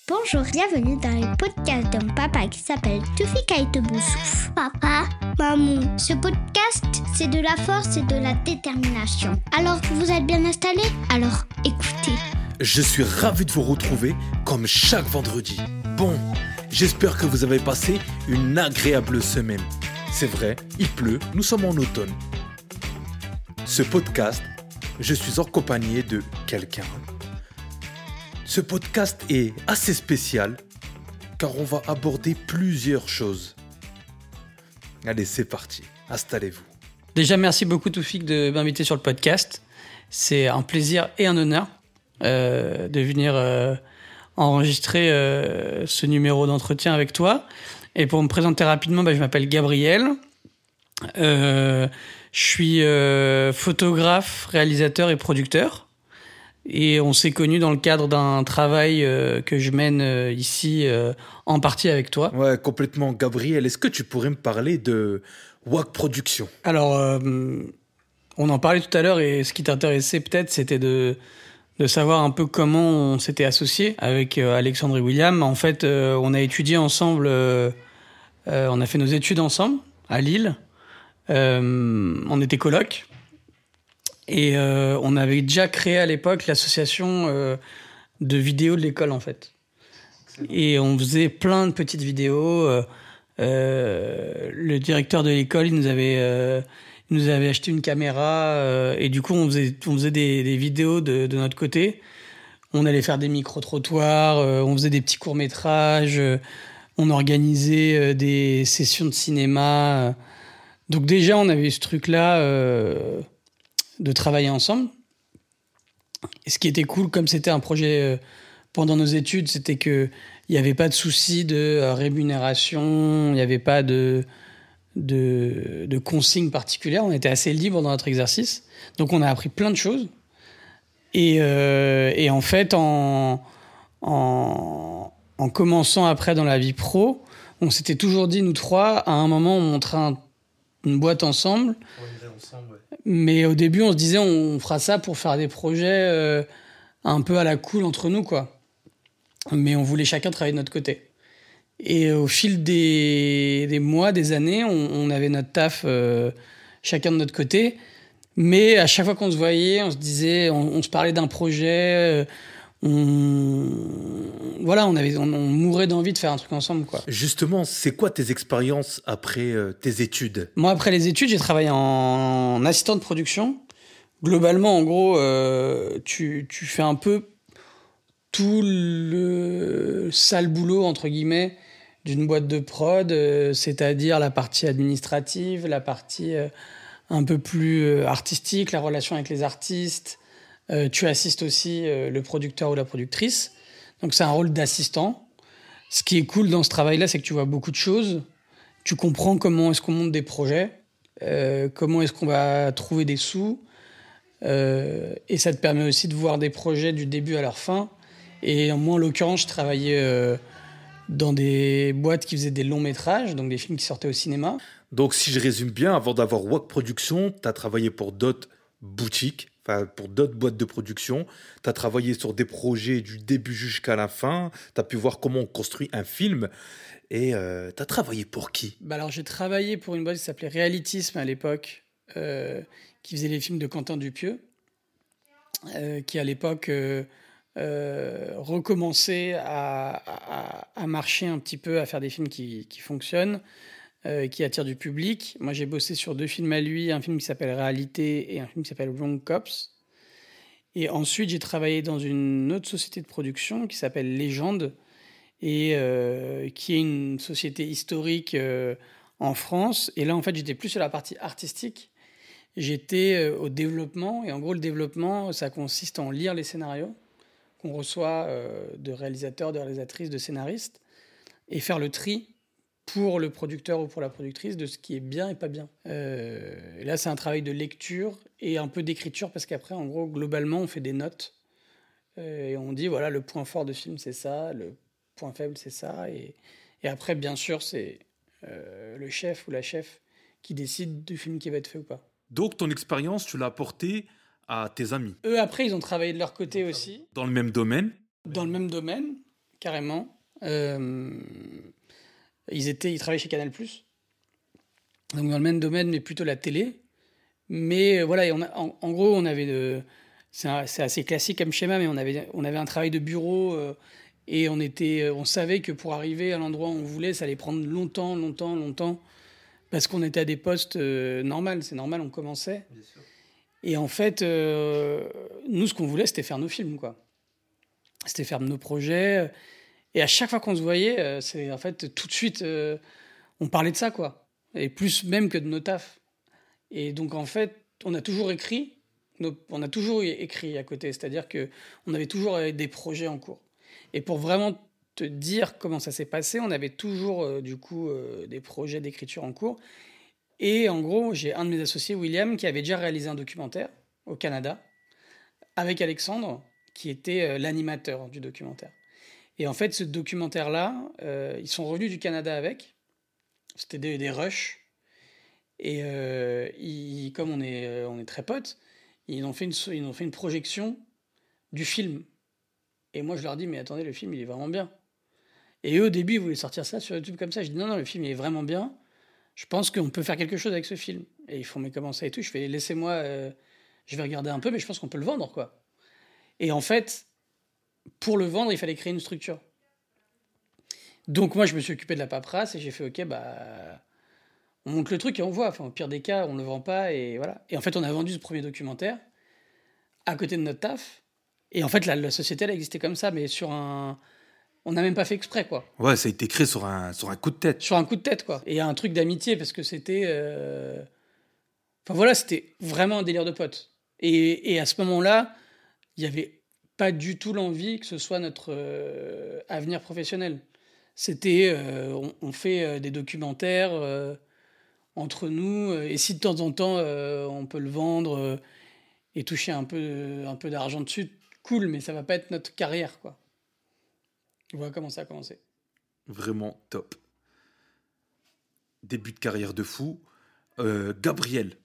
Bonjour, bienvenue dans le podcast de mon papa qui s'appelle Toufik Aït Boussouf. Papa, maman, ce podcast, c'est de la force et de la détermination. Alors, vous êtes bien installés? Alors, écoutez. Je suis ravi de vous retrouver comme chaque vendredi. Bon, j'espère que vous avez passé une agréable semaine. C'est vrai, il pleut, nous sommes en automne. Ce podcast, je suis accompagné de quelqu'un. Ce podcast est assez spécial car on va aborder plusieurs choses. Allez, c'est parti, installez-vous. Déjà, merci beaucoup Toufik de m'inviter sur le podcast. C'est un plaisir et un honneur de venir enregistrer ce numéro d'entretien avec toi. Et pour me présenter rapidement, je m'appelle Gabriel. Je suis photographe, réalisateur et producteur. Et on s'est connus dans le cadre d'un travail que je mène ici en partie avec toi. Ouais, complètement. Gabriel, est-ce que tu pourrais me parler de WAC Production ? Alors, on en parlait tout à l'heure et ce qui t'intéressait peut-être, c'était de savoir un peu comment on s'était associés avec Alexandre et William. En fait, on a étudié ensemble, on a fait nos études ensemble à Lille. On était colocs. Et on avait déjà créé à l'époque l'association de vidéos de l'école, en fait. Et on faisait plein de petites vidéos. Le directeur de l'école, il nous avait acheté une caméra. Et du coup, on faisait des vidéos de notre côté. On allait faire des micro-trottoirs. On faisait des petits courts-métrages. On organisait des sessions de cinéma. Donc déjà, on avait ce truc-là... de travailler ensemble. Et ce qui était cool, comme c'était un projet pendant nos études, c'était qu'il n'y avait pas de souci de rémunération, il n'y avait pas de consignes particulières. On était assez libre dans notre exercice. Donc on a appris plein de choses. Et en fait, en commençant après dans la vie pro, on s'était toujours dit, nous trois, à un moment, on montrait une boîte ensemble. Mais au début, on se disait, on fera ça pour faire des projets un peu à la cool entre nous, quoi. Mais on voulait chacun travailler de notre côté. Et au fil des mois, des années, on avait notre taf chacun de notre côté. Mais à chaque fois qu'on se voyait, on se disait, on se parlait d'un projet... on mourait d'envie de faire un truc ensemble, quoi. Justement, c'est quoi tes expériences après tes études ? Moi, après les études, j'ai travaillé en assistant de production. Globalement, en gros, tu fais un peu tout le sale boulot, entre guillemets, d'une boîte de prod, c'est-à-dire la partie administrative, la partie un peu plus artistique, la relation avec les artistes. Tu assistes aussi le producteur ou la productrice. Donc, c'est un rôle d'assistant. Ce qui est cool dans ce travail-là, c'est que tu vois beaucoup de choses. Tu comprends comment est-ce qu'on monte des projets, comment est-ce qu'on va trouver des sous. Et ça te permet aussi de voir des projets du début à leur fin. Et moi, en l'occurrence, je travaillais dans des boîtes qui faisaient des longs métrages, donc des films qui sortaient au cinéma. Donc, si je résume bien, avant d'avoir WAC Production, tu as travaillé pour d'autres boutiques, enfin pour d'autres boîtes de production. Tu as travaillé sur des projets du début jusqu'à la fin. Tu as pu voir comment on construit un film. Et tu as travaillé pour qui ? Alors, j'ai travaillé pour une boîte qui s'appelait Réalitisme à l'époque, qui faisait les films de Quentin Dupieux, qui à l'époque recommençait à marcher un petit peu, à faire des films qui fonctionnent, qui attirent du public. Moi, j'ai bossé sur 2 films à lui, un film qui s'appelle Réalité et un film qui s'appelle Wrong Cops. Et ensuite, j'ai travaillé dans une autre société de production qui s'appelle Légende, et qui est une société historique en France. Et là, en fait, j'étais plus sur la partie artistique. J'étais au développement. Et en gros, le développement, ça consiste en lire les scénarios qu'on reçoit de réalisateurs, de réalisatrices, de scénaristes, et faire le tri pour le producteur ou pour la productrice de ce qui est bien et pas bien. Et là, c'est un travail de lecture et un peu d'écriture, parce qu'après, en gros, globalement, on fait des notes. Et on dit, voilà, le point fort de film, c'est ça, le point faible, c'est ça. Et après, bien sûr, c'est le chef ou la chef qui décide du film qui va être fait ou pas. Donc, ton expérience, tu l'as apportée à tes amis ? Eux, après, ils ont travaillé de leur côté aussi. Dans le même domaine ? Dans le même domaine, carrément. Ils travaillaient chez Canal+. Donc dans le même domaine, mais plutôt la télé. Mais voilà, en gros, on avait... c'est assez classique comme schéma, mais on avait un travail de bureau et on savait que pour arriver à l'endroit où on voulait, ça allait prendre longtemps, parce qu'on était à des postes normaux. C'est normal, on commençait. Bien sûr. Et en fait, nous, ce qu'on voulait, c'était faire nos films, quoi. C'était faire nos projets. Et à chaque fois qu'on se voyait, c'est en fait tout de suite, on parlait de ça, quoi. Et plus même que de nos tafs. Et donc, en fait, on a toujours écrit à côté. C'est-à-dire qu'on avait toujours des projets en cours. Et pour vraiment te dire comment ça s'est passé, on avait toujours, des projets d'écriture en cours. Et en gros, j'ai un de mes associés, William, qui avait déjà réalisé un documentaire au Canada, avec Alexandre, qui était l'animateur du documentaire. Et en fait, ce documentaire-là, ils sont revenus du Canada avec. C'était des rushs. Et comme on est très potes, ils ont fait une projection du film. Et moi, je leur dis, mais attendez, le film, il est vraiment bien. Et eux, au début, ils voulaient sortir ça sur YouTube comme ça. Je dis, non, le film, il est vraiment bien. Je pense qu'on peut faire quelque chose avec ce film. Et ils font, mais comment ça et tout. Je fais, laissez-moi, je vais regarder un peu, mais je pense qu'on peut le vendre, quoi. Et en fait, pour le vendre, il fallait créer une structure. Donc moi, je me suis occupé de la paperasse et j'ai fait, ok, on monte le truc et on voit. Enfin, au pire des cas, on ne le vend pas et voilà. Et en fait, on a vendu ce premier documentaire à côté de notre taf. Et en fait, la société, elle existait comme ça, mais on n'a même pas fait exprès, quoi. Ouais, ça a été créé sur un coup de tête. Sur un coup de tête, quoi. Et un truc d'amitié, parce que c'était... Enfin voilà, c'était vraiment un délire de potes. Et à ce moment-là, il n'y avait pas du tout l'envie que ce soit notre avenir professionnel. C'était... on fait des documentaires entre nous, et si de temps en temps, on peut le vendre et toucher un peu d'argent dessus, cool, mais ça va pas être notre carrière, quoi. Voilà comment ça a commencé. Vraiment top. Début de carrière de fou. Gabriel,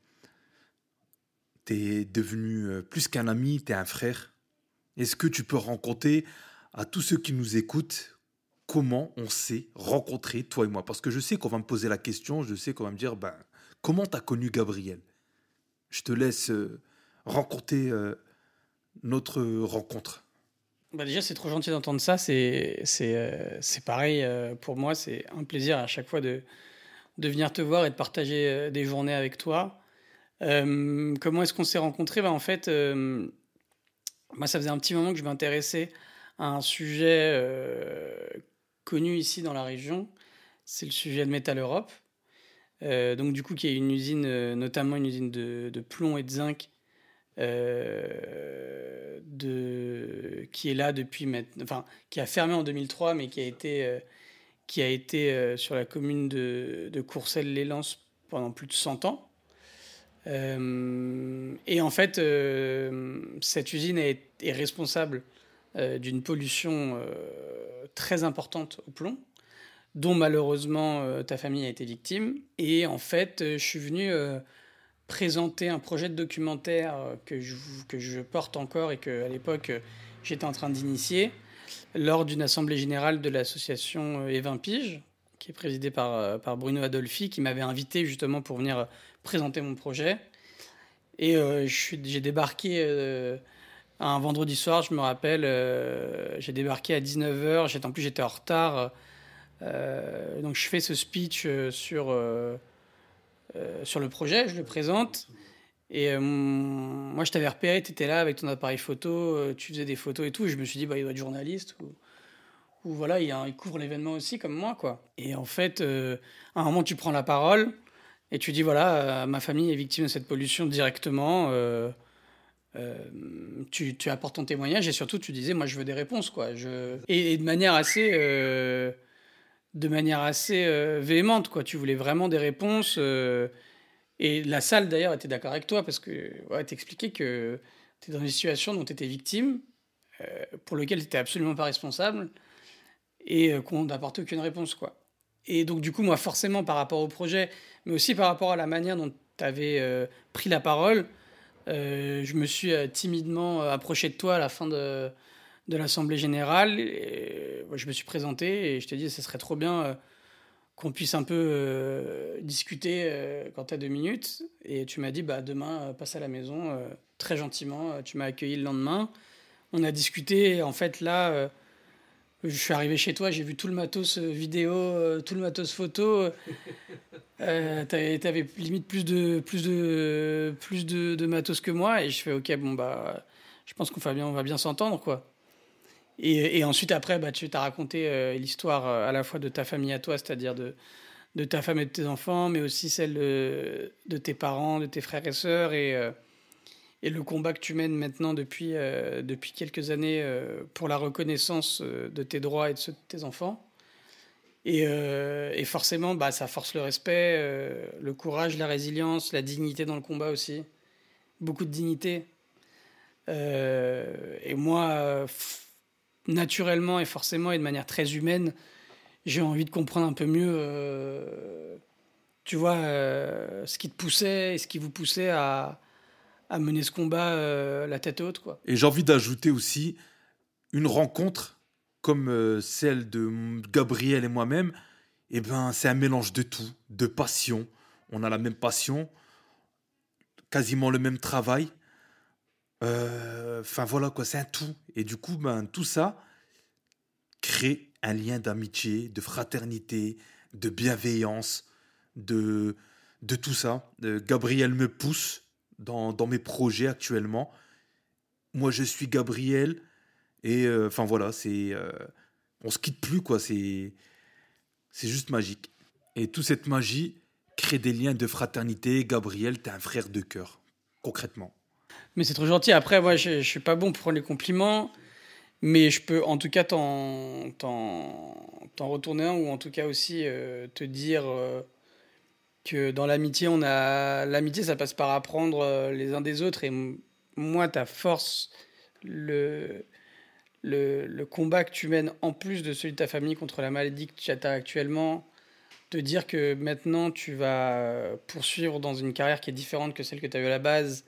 t'es devenu plus qu'un ami, t'es un frère. Est-ce que tu peux raconter à tous ceux qui nous écoutent comment on s'est rencontrés, toi et moi? Parce que je sais qu'on va me poser la question, je sais qu'on va me dire, comment t'as connu Gabriel? Je te laisse raconter notre rencontre. Déjà, c'est trop gentil d'entendre ça. C'est pareil pour moi. C'est un plaisir à chaque fois de venir te voir et de partager des journées avec toi. Comment est-ce qu'on s'est rencontrés? En fait, moi, ça faisait un petit moment que je m'intéressais à un sujet connu ici dans la région. C'est le sujet de Metal Europe. Donc, du coup, qui est une usine, notamment une usine de plomb et de zinc, qui est là depuis maintenant, enfin, qui a fermé en 2003, mais qui a été sur la commune de Courcelles-lès-Lens pendant plus de 100 ans. Et en fait, cette usine est responsable d'une pollution très importante au plomb, dont malheureusement ta famille a été victime. Et en fait, je suis venu présenter un projet de documentaire que je porte encore et qu'à l'époque j'étais en train d'initier lors d'une assemblée générale de l'association Evin Pige, qui est présidée par Bruno Adolphi, qui m'avait invité justement pour venir présenter mon projet. Et j'ai débarqué un vendredi soir, je me rappelle, j'ai débarqué à 19h, en plus j'étais en retard, donc je fais ce speech sur le projet, je le présente. Et moi, je t'avais repéré, tu étais là avec ton appareil photo, tu faisais des photos et tout. Et je me suis dit, il doit être journaliste. Ou voilà, il couvre l'événement aussi, comme moi, quoi. Et en fait, à un moment, tu prends la parole et tu dis, voilà, ma famille est victime de cette pollution directement. Tu apportes ton témoignage et surtout, tu disais, moi, je veux des réponses, quoi. Et de manière assez... véhémente, quoi. Tu voulais vraiment des réponses. Et la salle, d'ailleurs, était d'accord avec toi parce que t'expliquais que t'es dans une situation dont t'étais victime, pour laquelle t'étais absolument pas responsable et qu'on n'apportait aucune réponse, quoi. Et donc, du coup, moi, forcément, par rapport au projet, mais aussi par rapport à la manière dont t'avais pris la parole, je me suis timidement approché de toi à la fin de de l'Assemblée Générale. Et, je me suis présenté et je t'ai dit, ça serait trop bien qu'on puisse un peu discuter quand tu as 2 minutes. Et tu m'as dit, demain, passe à la maison. Très gentiment, tu m'as accueilli le lendemain. On a discuté. Et en fait, là, je suis arrivé chez toi, j'ai vu tout le matos vidéo, tout le matos photo. T'avais limite plus de matos que moi. Et je fais, ok, je pense on va bien s'entendre, quoi. Et ensuite, après, tu t'as raconté l'histoire à la fois de ta famille à toi, c'est-à-dire de ta femme et de tes enfants, mais aussi celle de tes parents, de tes frères et sœurs, et le combat que tu mènes maintenant depuis quelques années pour la reconnaissance de tes droits et de ceux de tes enfants. Et forcément, ça force le respect, le courage, la résilience, la dignité dans le combat aussi. Beaucoup de dignité. Et moi... naturellement et forcément et de manière très humaine, j'ai envie de comprendre un peu mieux, ce qui te poussait et ce qui vous poussait à mener ce combat la tête haute, quoi. Et j'ai envie d'ajouter aussi une rencontre comme celle de Gabriel et moi-même. C'est un mélange de tout, de passion. On a la même passion, quasiment le même travail. Voilà quoi, c'est un tout. Et du coup, tout ça crée un lien d'amitié, de fraternité, de bienveillance, de tout ça. Gabriel me pousse dans mes projets actuellement. Moi, je suis Gabriel. Et voilà, on se quitte plus, quoi. C'est juste magique. Et toute cette magie crée des liens de fraternité. Gabriel, t'es un frère de cœur, concrètement. Mais c'est trop gentil. Après, moi, je suis pas bon pour prendre les compliments, mais je peux en tout cas t'en retourner un, ou en tout cas aussi te dire que dans l'amitié, l'amitié, ça passe par apprendre les uns des autres. Et moi, ta force, le combat que tu mènes en plus de celui de ta famille contre la maladie que tu as actuellement, te dire que maintenant tu vas poursuivre dans une carrière qui est différente que celle que tu as eue à la base.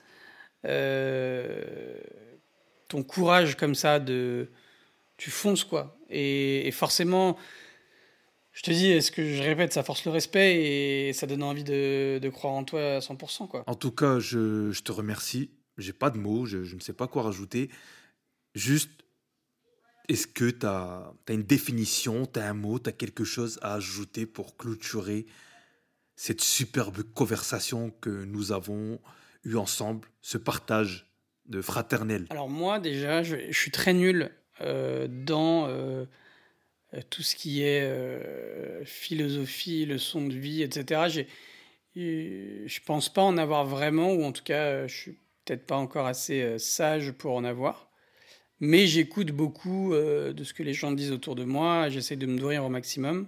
Ton courage comme ça, tu fonces, quoi. Et forcément, je te dis, ce que je répète, ça force le respect et ça donne envie de croire en toi à 100%, quoi. En tout cas, je te remercie. J'ai pas de mots, je ne sais pas quoi rajouter. Juste, est-ce que tu as une définition, tu as un mot, tu as quelque chose à ajouter pour clôturer cette superbe conversation que nous avons eu ensemble, ce partage de fraternel? Alors moi, déjà, je suis très nul dans tout ce qui est philosophie, leçon de vie, etc. Je pense pas en avoir vraiment, ou en tout cas, je suis peut-être pas encore assez sage pour en avoir. Mais j'écoute beaucoup de ce que les gens disent autour de moi. J'essaie de me nourrir au maximum.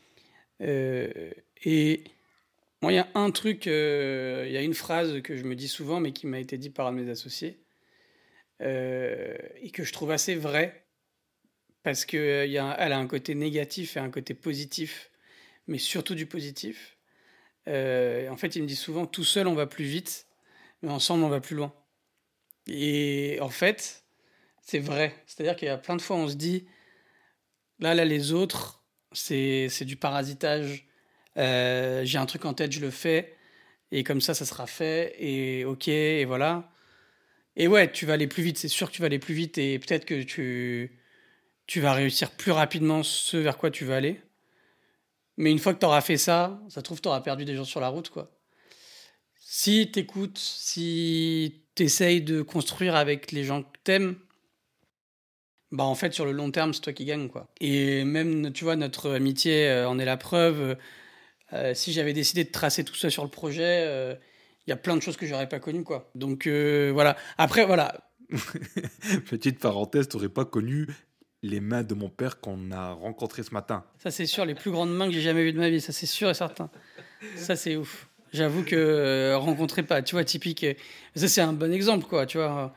Et moi, il y a un truc, il y a une phrase que je me dis souvent, mais qui m'a été dit par un de mes associés, et que je trouve assez vraie, parce qu'elle a un côté négatif et un côté positif, mais surtout du positif. En fait, il me dit souvent, tout seul, on va plus vite, mais ensemble, on va plus loin. Et en fait, c'est vrai. C'est-à-dire qu'il y a plein de fois, on se dit, là, les autres, c'est du parasitage. J'ai un truc en tête, je le fais, et comme ça sera fait, et ok, et voilà. Et ouais, tu vas aller plus vite, c'est sûr que tu vas aller plus vite, et peut-être que tu vas réussir plus rapidement ce vers quoi tu veux aller. Mais une fois que tu auras fait ça, ça se trouve, tu auras perdu des gens sur la route, quoi. Si t'écoutes, si t'essayes de construire avec les gens que t'aimes, en fait, sur le long terme, c'est toi qui gagne, quoi. Et même, tu vois, notre amitié en est la preuve. Si j'avais décidé de tracer tout ça sur le projet, y a plein de choses que j'aurais pas connues, quoi. Donc, voilà. Après, voilà. Petite parenthèse, t'aurais pas connu les mains de mon père qu'on a rencontrées ce matin. Ça, c'est sûr, les plus grandes mains que j'ai jamais vues de ma vie, ça, c'est sûr et certain. Ça, c'est ouf. J'avoue que rencontrer pas, tu vois, typique. Ça, c'est un bon exemple, quoi, tu vois.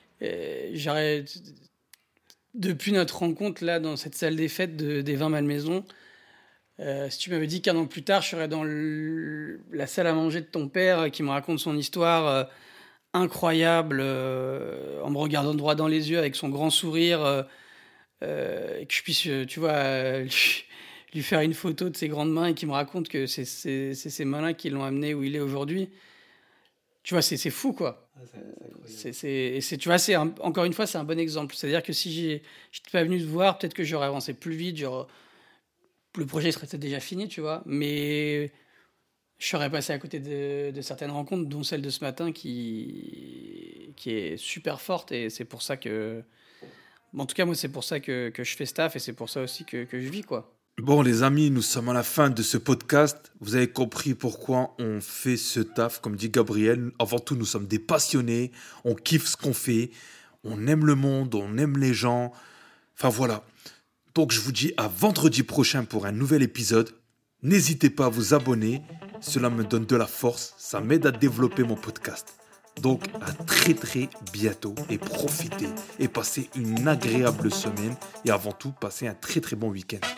Depuis notre rencontre, là, dans cette salle des fêtes des Vins Malmaison, si tu m'avais dit qu'1 an plus tard, je serais dans la salle à manger de ton père qui me raconte son histoire incroyable, en me regardant droit dans les yeux avec son grand sourire, et que je puisse, tu vois, lui faire une photo de ses grandes mains et qu'il me raconte que c'est ces mains-là qui l'ont amené où il est aujourd'hui. Tu vois, c'est fou, quoi. Tu vois, encore une fois, c'est un bon exemple. C'est-à-dire que si j'étais pas venu te voir, peut-être que j'aurais avancé plus vite, le projet serait peut-être déjà fini, tu vois, mais je serais passé à côté de certaines rencontres, dont celle de ce matin qui est super forte, et c'est pour ça que... En tout cas, moi, c'est pour ça que je fais ce taf, et c'est pour ça aussi que je vis, quoi. Bon les amis, nous sommes à la fin de ce podcast. Vous avez compris pourquoi on fait ce taf, comme dit Gabriel. Avant tout, nous sommes des passionnés, on kiffe ce qu'on fait, on aime le monde, on aime les gens. Enfin voilà. Donc je vous dis à vendredi prochain pour un nouvel épisode. N'hésitez pas à vous abonner, cela me donne de la force, ça m'aide à développer mon podcast. Donc à très très bientôt et profitez et passez une agréable semaine et avant tout passez un très très bon week-end.